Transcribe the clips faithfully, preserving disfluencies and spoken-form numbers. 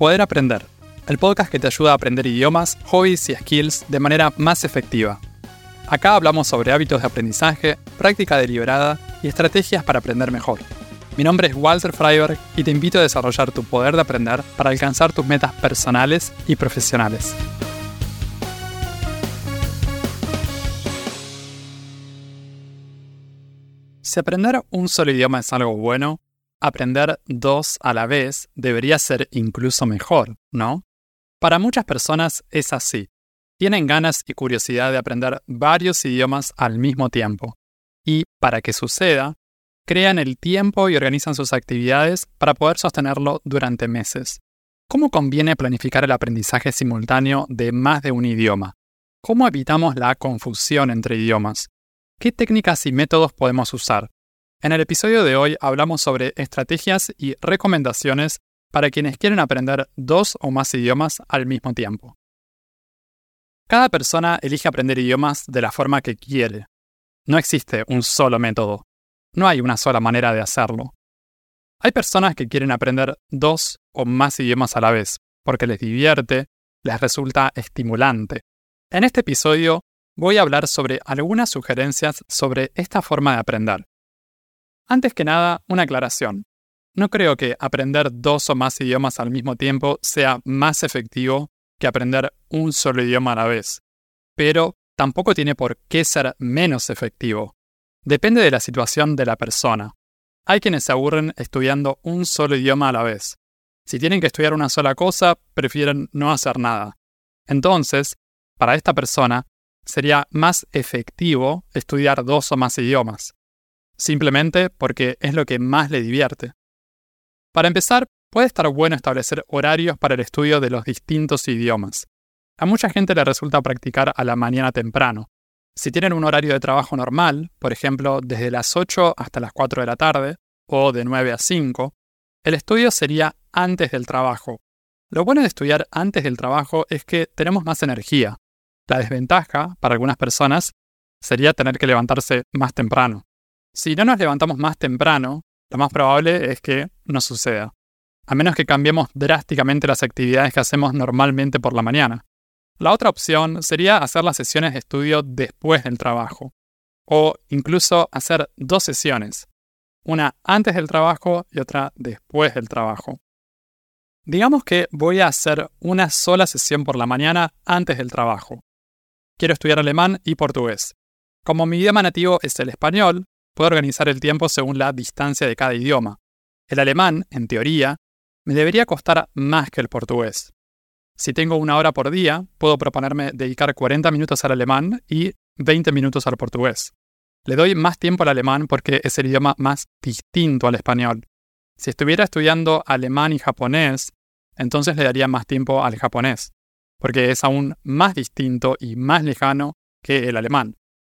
Poder Aprender, el podcast que te ayuda a aprender idiomas, hobbies y skills de manera más efectiva. Acá hablamos sobre hábitos de aprendizaje, práctica deliberada y estrategias para aprender mejor. Mi nombre es Walter Freiberg y te invito a desarrollar tu poder de aprender para alcanzar tus metas personales y profesionales. Si aprender un solo idioma es algo bueno, aprender dos a la vez debería ser incluso mejor, ¿no? Para muchas personas es así. Tienen ganas y curiosidad de aprender varios idiomas al mismo tiempo. Y, para que suceda, crean el tiempo y organizan sus actividades para poder sostenerlo durante meses. ¿Cómo conviene planificar el aprendizaje simultáneo de más de un idioma? ¿Cómo evitamos la confusión entre idiomas? ¿Qué técnicas y métodos podemos usar? En el episodio de hoy hablamos sobre estrategias y recomendaciones para quienes quieren aprender dos o más idiomas al mismo tiempo. Cada persona elige aprender idiomas de la forma que quiere. No existe un solo método. No hay una sola manera de hacerlo. Hay personas que quieren aprender dos o más idiomas a la vez, porque les divierte, les resulta estimulante. En este episodio voy a hablar sobre algunas sugerencias sobre esta forma de aprender. Antes que nada, una aclaración. No creo que aprender dos o más idiomas al mismo tiempo sea más efectivo que aprender un solo idioma a la vez, pero tampoco tiene por qué ser menos efectivo. Depende de la situación de la persona. Hay quienes se aburren estudiando un solo idioma a la vez. Si tienen que estudiar una sola cosa, prefieren no hacer nada. Entonces, para esta persona, sería más efectivo estudiar dos o más idiomas, simplemente porque es lo que más le divierte. Para empezar, puede estar bueno establecer horarios para el estudio de los distintos idiomas. A mucha gente le resulta practicar a la mañana temprano. Si tienen un horario de trabajo normal, por ejemplo, desde las ocho hasta las cuatro de la tarde, o de nueve a cinco, el estudio sería antes del trabajo. Lo bueno de estudiar antes del trabajo es que tenemos más energía. La desventaja, para algunas personas, sería tener que levantarse más temprano. Si no nos levantamos más temprano, lo más probable es que no suceda, a menos que cambiemos drásticamente las actividades que hacemos normalmente por la mañana. La otra opción sería hacer las sesiones de estudio después del trabajo, o incluso hacer dos sesiones, una antes del trabajo y otra después del trabajo. Digamos que voy a hacer una sola sesión por la mañana antes del trabajo. Quiero estudiar alemán y portugués. Como mi idioma nativo es el español, puedo organizar el tiempo según la distancia de cada idioma. El alemán, en teoría, me debería costar más que el portugués. Si tengo una hora por día, puedo proponerme dedicar cuarenta minutos al alemán y veinte minutos al portugués. Le doy más tiempo al alemán porque es el idioma más distinto al español. Si estuviera estudiando alemán y japonés, entonces le daría más tiempo al japonés, porque es aún más distinto y más lejano que el alemán.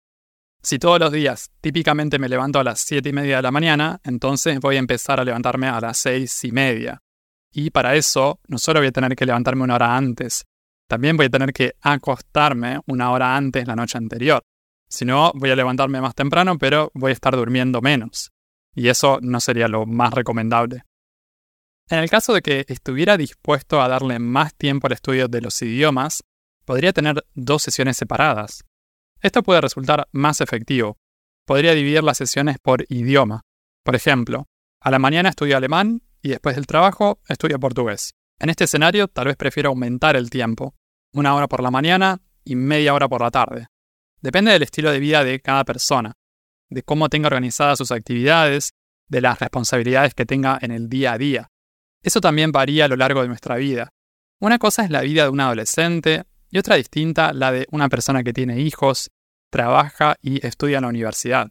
Si todos los días típicamente me levanto a las siete y media de la mañana, entonces voy a empezar a levantarme a las seis y media. Y para eso, no solo voy a tener que levantarme una hora antes, también voy a tener que acostarme una hora antes la noche anterior. Si no, voy a levantarme más temprano, pero voy a estar durmiendo menos. Y eso no sería lo más recomendable. En el caso de que estuviera dispuesto a darle más tiempo al estudio de los idiomas, podría tener dos sesiones separadas. Esto puede resultar más efectivo. Podría dividir las sesiones por idioma. Por ejemplo, a la mañana estudio alemán y después del trabajo estudio portugués. En este escenario, tal vez prefiero aumentar el tiempo. Una hora por la mañana y media hora por la tarde. Depende del estilo de vida de cada persona, de cómo tenga organizadas sus actividades, de las responsabilidades que tenga en el día a día. Eso también varía a lo largo de nuestra vida. Una cosa es la vida de un adolescente y otra distinta la de una persona que tiene hijos, trabaja y estudia en la universidad.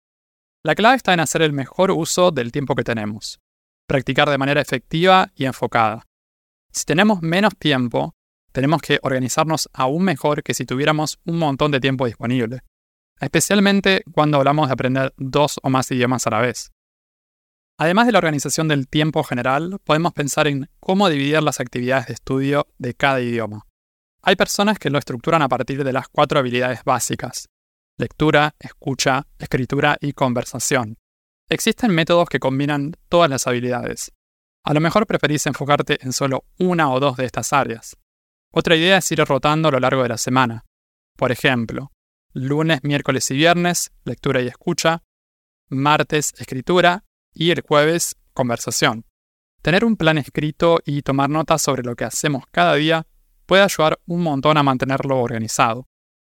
La clave está en hacer el mejor uso del tiempo que tenemos. Practicar de manera efectiva y enfocada. Si tenemos menos tiempo, tenemos que organizarnos aún mejor que si tuviéramos un montón de tiempo disponible, especialmente cuando hablamos de aprender dos o más idiomas a la vez. Además de la organización del tiempo general, podemos pensar en cómo dividir las actividades de estudio de cada idioma. Hay personas que lo estructuran a partir de las cuatro habilidades básicas: lectura, escucha, escritura y conversación. Existen métodos que combinan todas las habilidades. A lo mejor preferís enfocarte en solo una o dos de estas áreas. Otra idea es ir rotando a lo largo de la semana. Por ejemplo, lunes, miércoles y viernes, lectura y escucha, martes, escritura y el jueves, conversación. Tener un plan escrito y tomar notas sobre lo que hacemos cada día puede ayudar un montón a mantenerlo organizado.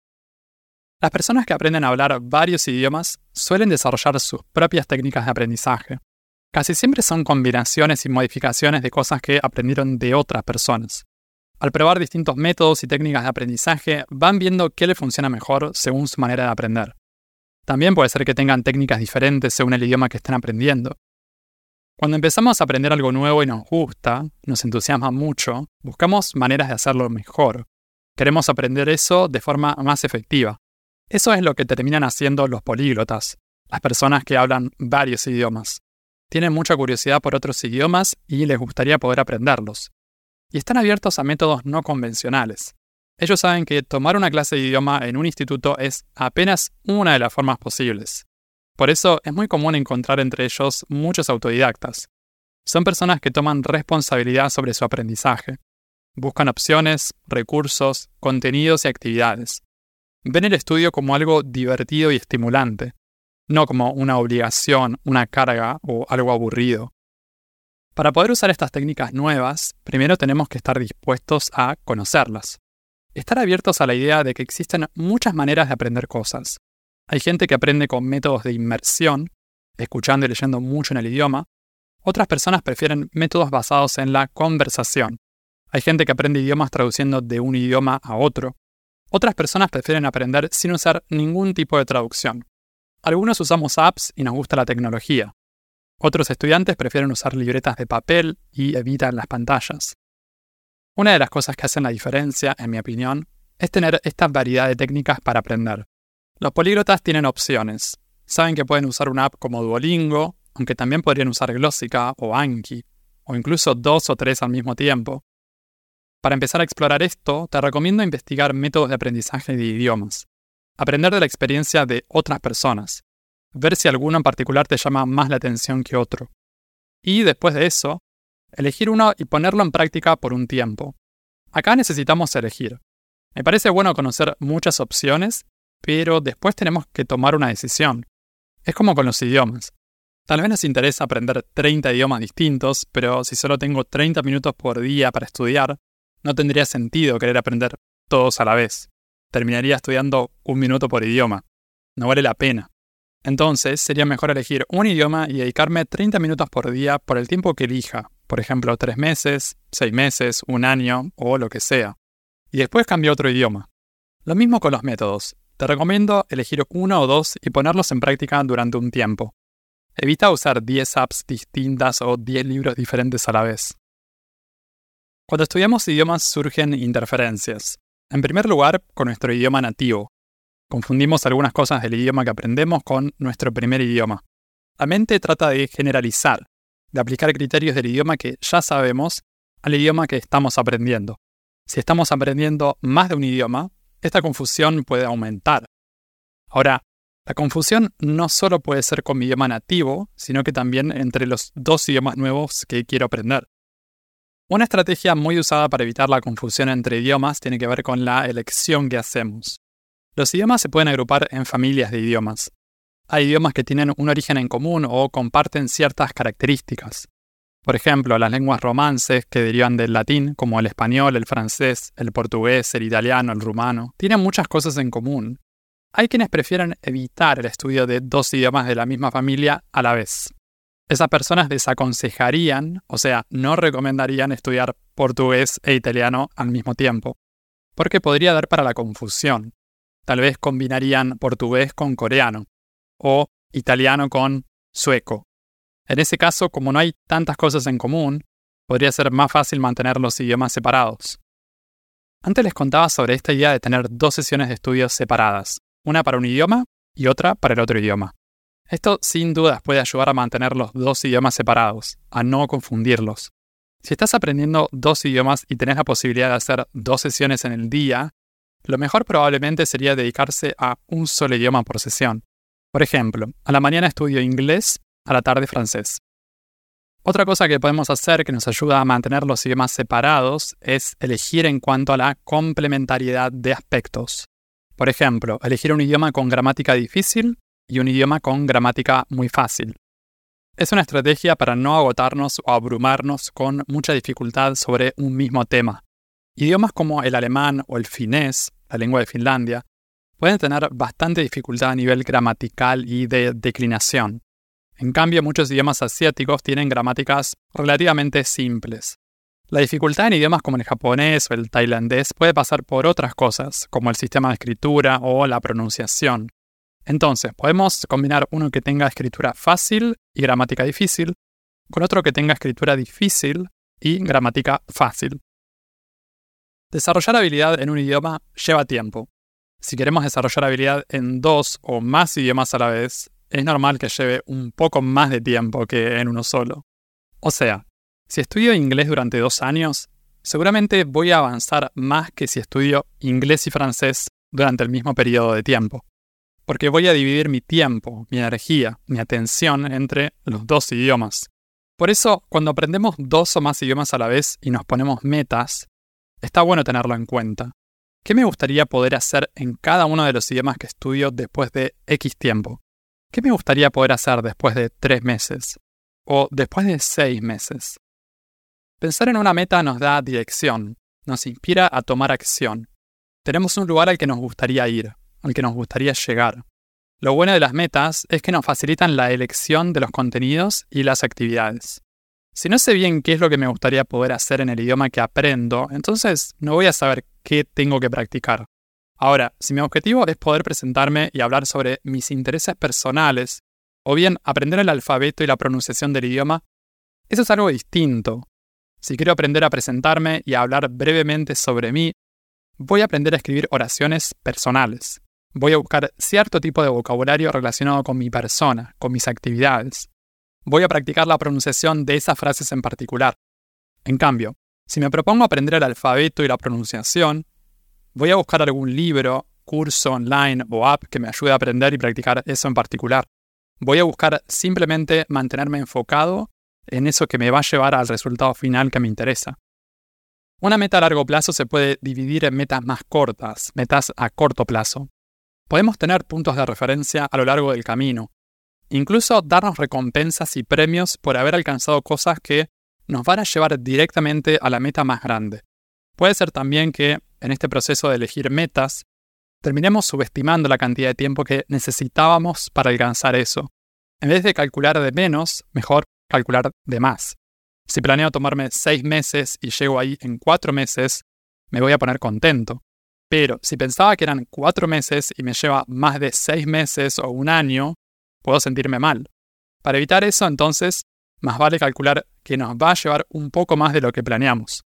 Las personas que aprenden a hablar varios idiomas suelen desarrollar sus propias técnicas de aprendizaje. Casi siempre son combinaciones y modificaciones de cosas que aprendieron de otras personas. Al probar distintos métodos y técnicas de aprendizaje, van viendo qué les funciona mejor según su manera de aprender. También puede ser que tengan técnicas diferentes según el idioma que estén aprendiendo. Cuando empezamos a aprender algo nuevo y nos gusta, nos entusiasma mucho, buscamos maneras de hacerlo mejor. Queremos aprender eso de forma más efectiva. Eso es lo que terminan haciendo los políglotas, las personas que hablan varios idiomas. Tienen mucha curiosidad por otros idiomas y les gustaría poder aprenderlos. Y están abiertos a métodos no convencionales. Ellos saben que tomar una clase de idioma en un instituto es apenas una de las formas posibles. Por eso es muy común encontrar entre ellos muchos autodidactas. Son personas que toman responsabilidad sobre su aprendizaje. Buscan opciones, recursos, contenidos y actividades. Ven el estudio como algo divertido y estimulante, no como una obligación, una carga o algo aburrido. Para poder usar estas técnicas nuevas, primero tenemos que estar dispuestos a conocerlas. Estar abiertos a la idea de que existen muchas maneras de aprender cosas. Hay gente que aprende con métodos de inmersión, escuchando y leyendo mucho en el idioma. Otras personas prefieren métodos basados en la conversación. Hay gente que aprende idiomas traduciendo de un idioma a otro. Otras personas prefieren aprender sin usar ningún tipo de traducción. Algunos usamos apps y nos gusta la tecnología. Otros estudiantes prefieren usar libretas de papel y evitan las pantallas. Una de las cosas que hacen la diferencia, en mi opinión, es tener esta variedad de técnicas para aprender. Los políglotas tienen opciones. Saben que pueden usar una app como Duolingo, aunque también podrían usar Glossica o Anki, o incluso dos o tres al mismo tiempo. Para empezar a explorar esto, te recomiendo investigar métodos de aprendizaje de idiomas. Aprender de la experiencia de otras personas. Ver si alguno en particular te llama más la atención que otro. Y después de eso, elegir uno y ponerlo en práctica por un tiempo. Acá necesitamos elegir. Me parece bueno conocer muchas opciones, pero después tenemos que tomar una decisión. Es como con los idiomas. Tal vez nos interesa aprender treinta idiomas distintos, pero si solo tengo treinta minutos por día para estudiar, no tendría sentido querer aprender todos a la vez. Terminaría estudiando un minuto por idioma. No vale la pena. Entonces, sería mejor elegir un idioma y dedicarme treinta minutos por día por el tiempo que elija. Por ejemplo, tres meses, seis meses, un año o lo que sea. Y después cambiar otro idioma. Lo mismo con los métodos. Te recomiendo elegir uno o dos y ponerlos en práctica durante un tiempo. Evita usar diez apps distintas o diez libros diferentes a la vez. Cuando estudiamos idiomas surgen interferencias. En primer lugar, con nuestro idioma nativo. Confundimos algunas cosas del idioma que aprendemos con nuestro primer idioma. La mente trata de generalizar, de aplicar criterios del idioma que ya sabemos al idioma que estamos aprendiendo. Si estamos aprendiendo más de un idioma, esta confusión puede aumentar. Ahora, la confusión no solo puede ser con mi idioma nativo, sino que también entre los dos idiomas nuevos que quiero aprender. Una estrategia muy usada para evitar la confusión entre idiomas tiene que ver con la elección que hacemos. Los idiomas se pueden agrupar en familias de idiomas. Hay idiomas que tienen un origen en común o comparten ciertas características. Por ejemplo, las lenguas romances que derivan del latín, como el español, el francés, el portugués, el italiano, el rumano, tienen muchas cosas en común. Hay quienes prefieren evitar el estudio de dos idiomas de la misma familia a la vez. Esas personas desaconsejarían, o sea, no recomendarían estudiar portugués e italiano al mismo tiempo, porque podría dar para la confusión. Tal vez combinarían portugués con coreano, o italiano con sueco. En ese caso, como no hay tantas cosas en común, podría ser más fácil mantener los idiomas separados. Antes les contaba sobre esta idea de tener dos sesiones de estudios separadas, una para un idioma y otra para el otro idioma. Esto sin dudas puede ayudar a mantener los dos idiomas separados, a no confundirlos. Si estás aprendiendo dos idiomas y tenés la posibilidad de hacer dos sesiones en el día, lo mejor probablemente sería dedicarse a un solo idioma por sesión. Por ejemplo, a la mañana estudio inglés, a la tarde francés. Otra cosa que podemos hacer que nos ayuda a mantener los idiomas separados es elegir en cuanto a la complementariedad de aspectos. Por ejemplo, elegir un idioma con gramática difícil y un idioma con gramática muy fácil. Es una estrategia para no agotarnos o abrumarnos con mucha dificultad sobre un mismo tema. Idiomas como el alemán o el finés, la lengua de Finlandia, pueden tener bastante dificultad a nivel gramatical y de declinación. En cambio, muchos idiomas asiáticos tienen gramáticas relativamente simples. La dificultad en idiomas como el japonés o el tailandés puede pasar por otras cosas, como el sistema de escritura o la pronunciación. Entonces, podemos combinar uno que tenga escritura fácil y gramática difícil con otro que tenga escritura difícil y gramática fácil. Desarrollar habilidad en un idioma lleva tiempo. Si queremos desarrollar habilidad en dos o más idiomas a la vez, es normal que lleve un poco más de tiempo que en uno solo. O sea, si estudio inglés durante dos años, seguramente voy a avanzar más que si estudio inglés y francés durante el mismo periodo de tiempo. Porque voy a dividir mi tiempo, mi energía, mi atención entre los dos idiomas. Por eso, cuando aprendemos dos o más idiomas a la vez y nos ponemos metas, está bueno tenerlo en cuenta. ¿Qué me gustaría poder hacer en cada uno de los idiomas que estudio después de X tiempo? ¿Qué me gustaría poder hacer después de tres meses? ¿O después de seis meses? Pensar en una meta nos da dirección, nos inspira a tomar acción. Tenemos un lugar al que nos gustaría ir, al que nos gustaría llegar. Lo bueno de las metas es que nos facilitan la elección de los contenidos y las actividades. Si no sé bien qué es lo que me gustaría poder hacer en el idioma que aprendo, entonces no voy a saber qué tengo que practicar. Ahora, si mi objetivo es poder presentarme y hablar sobre mis intereses personales, o bien aprender el alfabeto y la pronunciación del idioma, eso es algo distinto. Si quiero aprender a presentarme y a hablar brevemente sobre mí, voy a aprender a escribir oraciones personales. Voy a buscar cierto tipo de vocabulario relacionado con mi persona, con mis actividades. Voy a practicar la pronunciación de esas frases en particular. En cambio, si me propongo aprender el alfabeto y la pronunciación, voy a buscar algún libro, curso online o app que me ayude a aprender y practicar eso en particular. Voy a buscar simplemente mantenerme enfocado en eso que me va a llevar al resultado final que me interesa. Una meta a largo plazo se puede dividir en metas más cortas, metas a corto plazo. Podemos tener puntos de referencia a lo largo del camino. Incluso darnos recompensas y premios por haber alcanzado cosas que nos van a llevar directamente a la meta más grande. Puede ser también que, en este proceso de elegir metas, terminemos subestimando la cantidad de tiempo que necesitábamos para alcanzar eso. En vez de calcular de menos, mejor calcular de más. Si planeo tomarme seis meses y llego ahí en cuatro meses, me voy a poner contento. Pero si pensaba que eran cuatro meses y me lleva más de seis meses o un año, puedo sentirme mal. Para evitar eso, entonces, más vale calcular que nos va a llevar un poco más de lo que planeamos.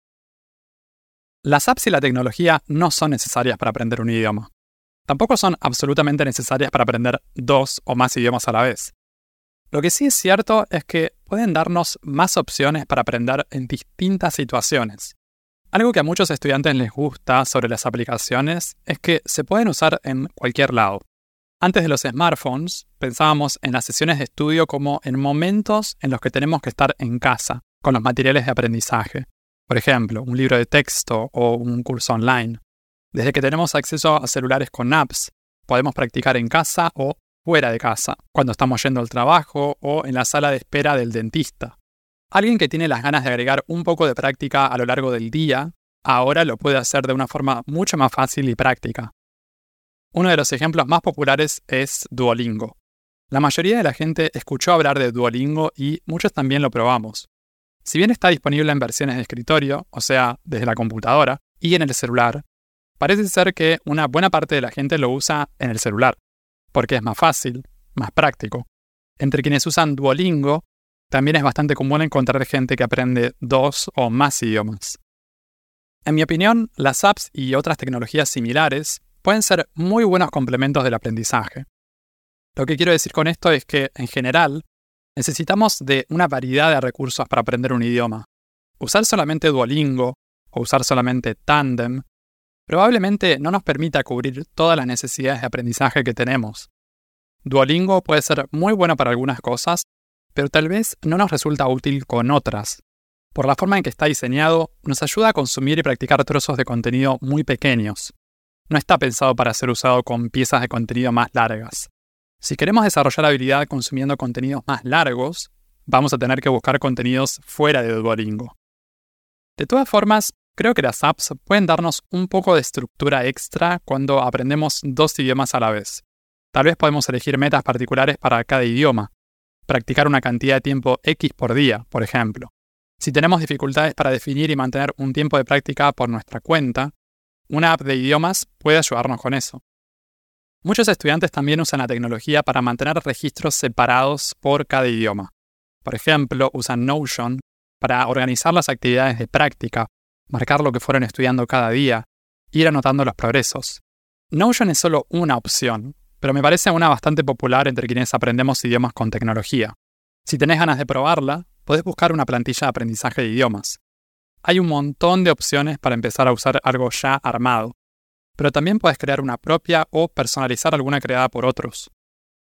Las apps y la tecnología no son necesarias para aprender un idioma. Tampoco son absolutamente necesarias para aprender dos o más idiomas a la vez. Lo que sí es cierto es que pueden darnos más opciones para aprender en distintas situaciones. Algo que a muchos estudiantes les gusta sobre las aplicaciones es que se pueden usar en cualquier lado. Antes de los smartphones, pensábamos en las sesiones de estudio como en momentos en los que tenemos que estar en casa, con los materiales de aprendizaje. Por ejemplo, un libro de texto o un curso online. Desde que tenemos acceso a celulares con apps, podemos practicar en casa o fuera de casa, cuando estamos yendo al trabajo o en la sala de espera del dentista. Alguien que tiene las ganas de agregar un poco de práctica a lo largo del día, ahora lo puede hacer de una forma mucho más fácil y práctica. Uno de los ejemplos más populares es Duolingo. La mayoría de la gente escuchó hablar de Duolingo y muchos también lo probamos. Si bien está disponible en versiones de escritorio, o sea, desde la computadora, y en el celular, parece ser que una buena parte de la gente lo usa en el celular, porque es más fácil, más práctico. Entre quienes usan Duolingo, también es bastante común encontrar gente que aprende dos o más idiomas. En mi opinión, las apps y otras tecnologías similares pueden ser muy buenos complementos del aprendizaje. Lo que quiero decir con esto es que, en general, necesitamos de una variedad de recursos para aprender un idioma. Usar solamente Duolingo o usar solamente Tandem probablemente no nos permita cubrir todas las necesidades de aprendizaje que tenemos. Duolingo puede ser muy bueno para algunas cosas, pero tal vez no nos resulta útil con otras. Por la forma en que está diseñado, nos ayuda a consumir y practicar trozos de contenido muy pequeños. No está pensado para ser usado con piezas de contenido más largas. Si queremos desarrollar habilidad consumiendo contenidos más largos, vamos a tener que buscar contenidos fuera de Duolingo. De todas formas, creo que las apps pueden darnos un poco de estructura extra cuando aprendemos dos idiomas a la vez. Tal vez podemos elegir metas particulares para cada idioma, practicar una cantidad de tiempo X por día, por ejemplo. Si tenemos dificultades para definir y mantener un tiempo de práctica por nuestra cuenta, una app de idiomas puede ayudarnos con eso. Muchos estudiantes también usan la tecnología para mantener registros separados por cada idioma. Por ejemplo, usan Notion para organizar las actividades de práctica, marcar lo que fueron estudiando cada día, ir anotando los progresos. Notion es solo una opción, pero me parece una bastante popular entre quienes aprendemos idiomas con tecnología. Si tenés ganas de probarla, podés buscar una plantilla de aprendizaje de idiomas. Hay un montón de opciones para empezar a usar algo ya armado, pero también puedes crear una propia o personalizar alguna creada por otros.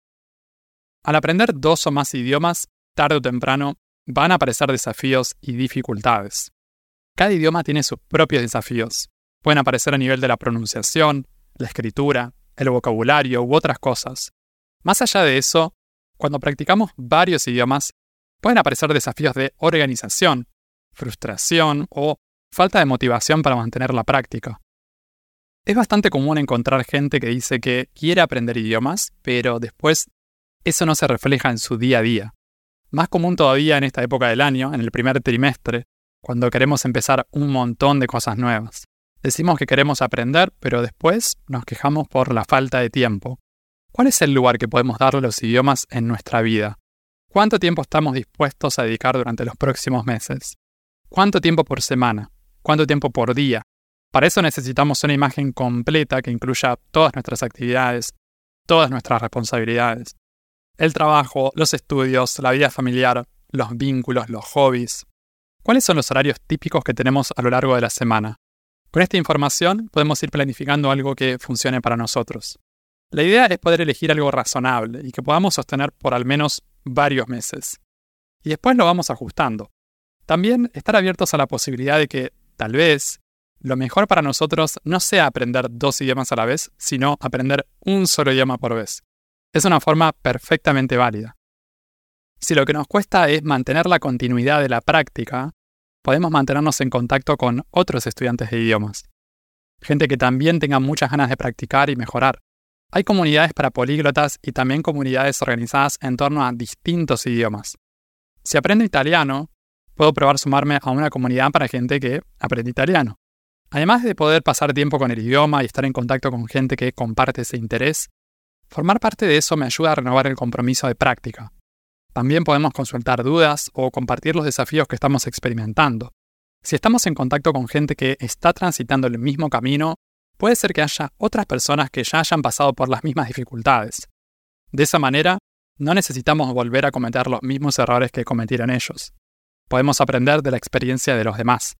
Al aprender dos o más idiomas, tarde o temprano, van a aparecer desafíos y dificultades. Cada idioma tiene sus propios desafíos. Pueden aparecer a nivel de la pronunciación, la escritura, el vocabulario u otras cosas. Más allá de eso, cuando practicamos varios idiomas, pueden aparecer desafíos de organización, frustración o falta de motivación para mantener la práctica. Es bastante común encontrar gente que dice que quiere aprender idiomas, pero después eso no se refleja en su día a día. Más común todavía en esta época del año, en el primer trimestre, cuando queremos empezar un montón de cosas nuevas. Decimos que queremos aprender, pero después nos quejamos por la falta de tiempo. ¿Cuál es el lugar que podemos darle a los idiomas en nuestra vida? ¿Cuánto tiempo estamos dispuestos a dedicar durante los próximos meses? ¿Cuánto tiempo por semana? ¿Cuánto tiempo por día? Para eso necesitamos una imagen completa que incluya todas nuestras actividades, todas nuestras responsabilidades. El trabajo, los estudios, la vida familiar, los vínculos, los hobbies. ¿Cuáles son los horarios típicos que tenemos a lo largo de la semana? Con esta información podemos ir planificando algo que funcione para nosotros. La idea es poder elegir algo razonable y que podamos sostener por al menos varios meses. Y después lo vamos ajustando. También estar abiertos a la posibilidad de que, tal vez, lo mejor para nosotros no sea aprender dos idiomas a la vez, sino aprender un solo idioma por vez. Es una forma perfectamente válida. Si lo que nos cuesta es mantener la continuidad de la práctica, podemos mantenernos en contacto con otros estudiantes de idiomas. Gente que también tenga muchas ganas de practicar y mejorar. Hay comunidades para políglotas y también comunidades organizadas en torno a distintos idiomas. Si aprendo italiano, puedo probar sumarme a una comunidad para gente que aprende italiano. Además de poder pasar tiempo con el idioma y estar en contacto con gente que comparte ese interés, formar parte de eso me ayuda a renovar el compromiso de práctica. También podemos consultar dudas o compartir los desafíos que estamos experimentando. Si estamos en contacto con gente que está transitando el mismo camino, puede ser que haya otras personas que ya hayan pasado por las mismas dificultades. De esa manera, no necesitamos volver a cometer los mismos errores que cometieron ellos. Podemos aprender de la experiencia de los demás.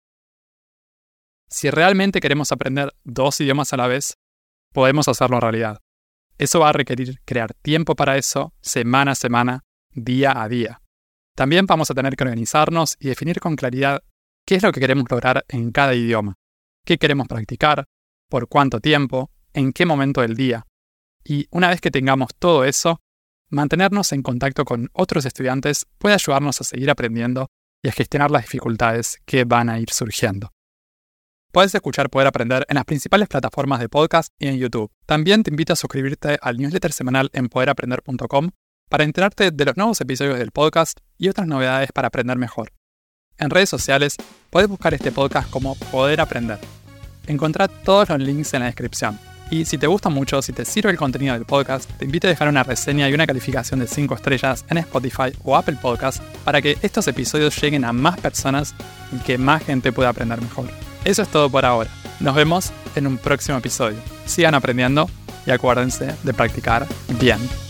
Si realmente queremos aprender dos idiomas a la vez, podemos hacerlo realidad. Eso va a requerir crear tiempo para eso, semana a semana, día a día. También vamos a tener que organizarnos y definir con claridad qué es lo que queremos lograr en cada idioma, qué queremos practicar, por cuánto tiempo, en qué momento del día. Y una vez que tengamos todo eso, mantenernos en contacto con otros estudiantes puede ayudarnos a seguir aprendiendo y a gestionar las dificultades que van a ir surgiendo. Puedes escuchar Poder Aprender en las principales plataformas de podcast y en YouTube. También te invito a suscribirte al newsletter semanal en poder aprender punto com para enterarte de los nuevos episodios del podcast y otras novedades para aprender mejor. En redes sociales, puedes buscar este podcast como Poder Aprender. Encontrá todos los links en la descripción. Y si te gusta mucho, si te sirve el contenido del podcast, te invito a dejar una reseña y una calificación de cinco estrellas en Spotify o Apple Podcast para que estos episodios lleguen a más personas y que más gente pueda aprender mejor. Eso es todo por ahora. Nos vemos en un próximo episodio. Sigan aprendiendo y acuérdense de practicar bien.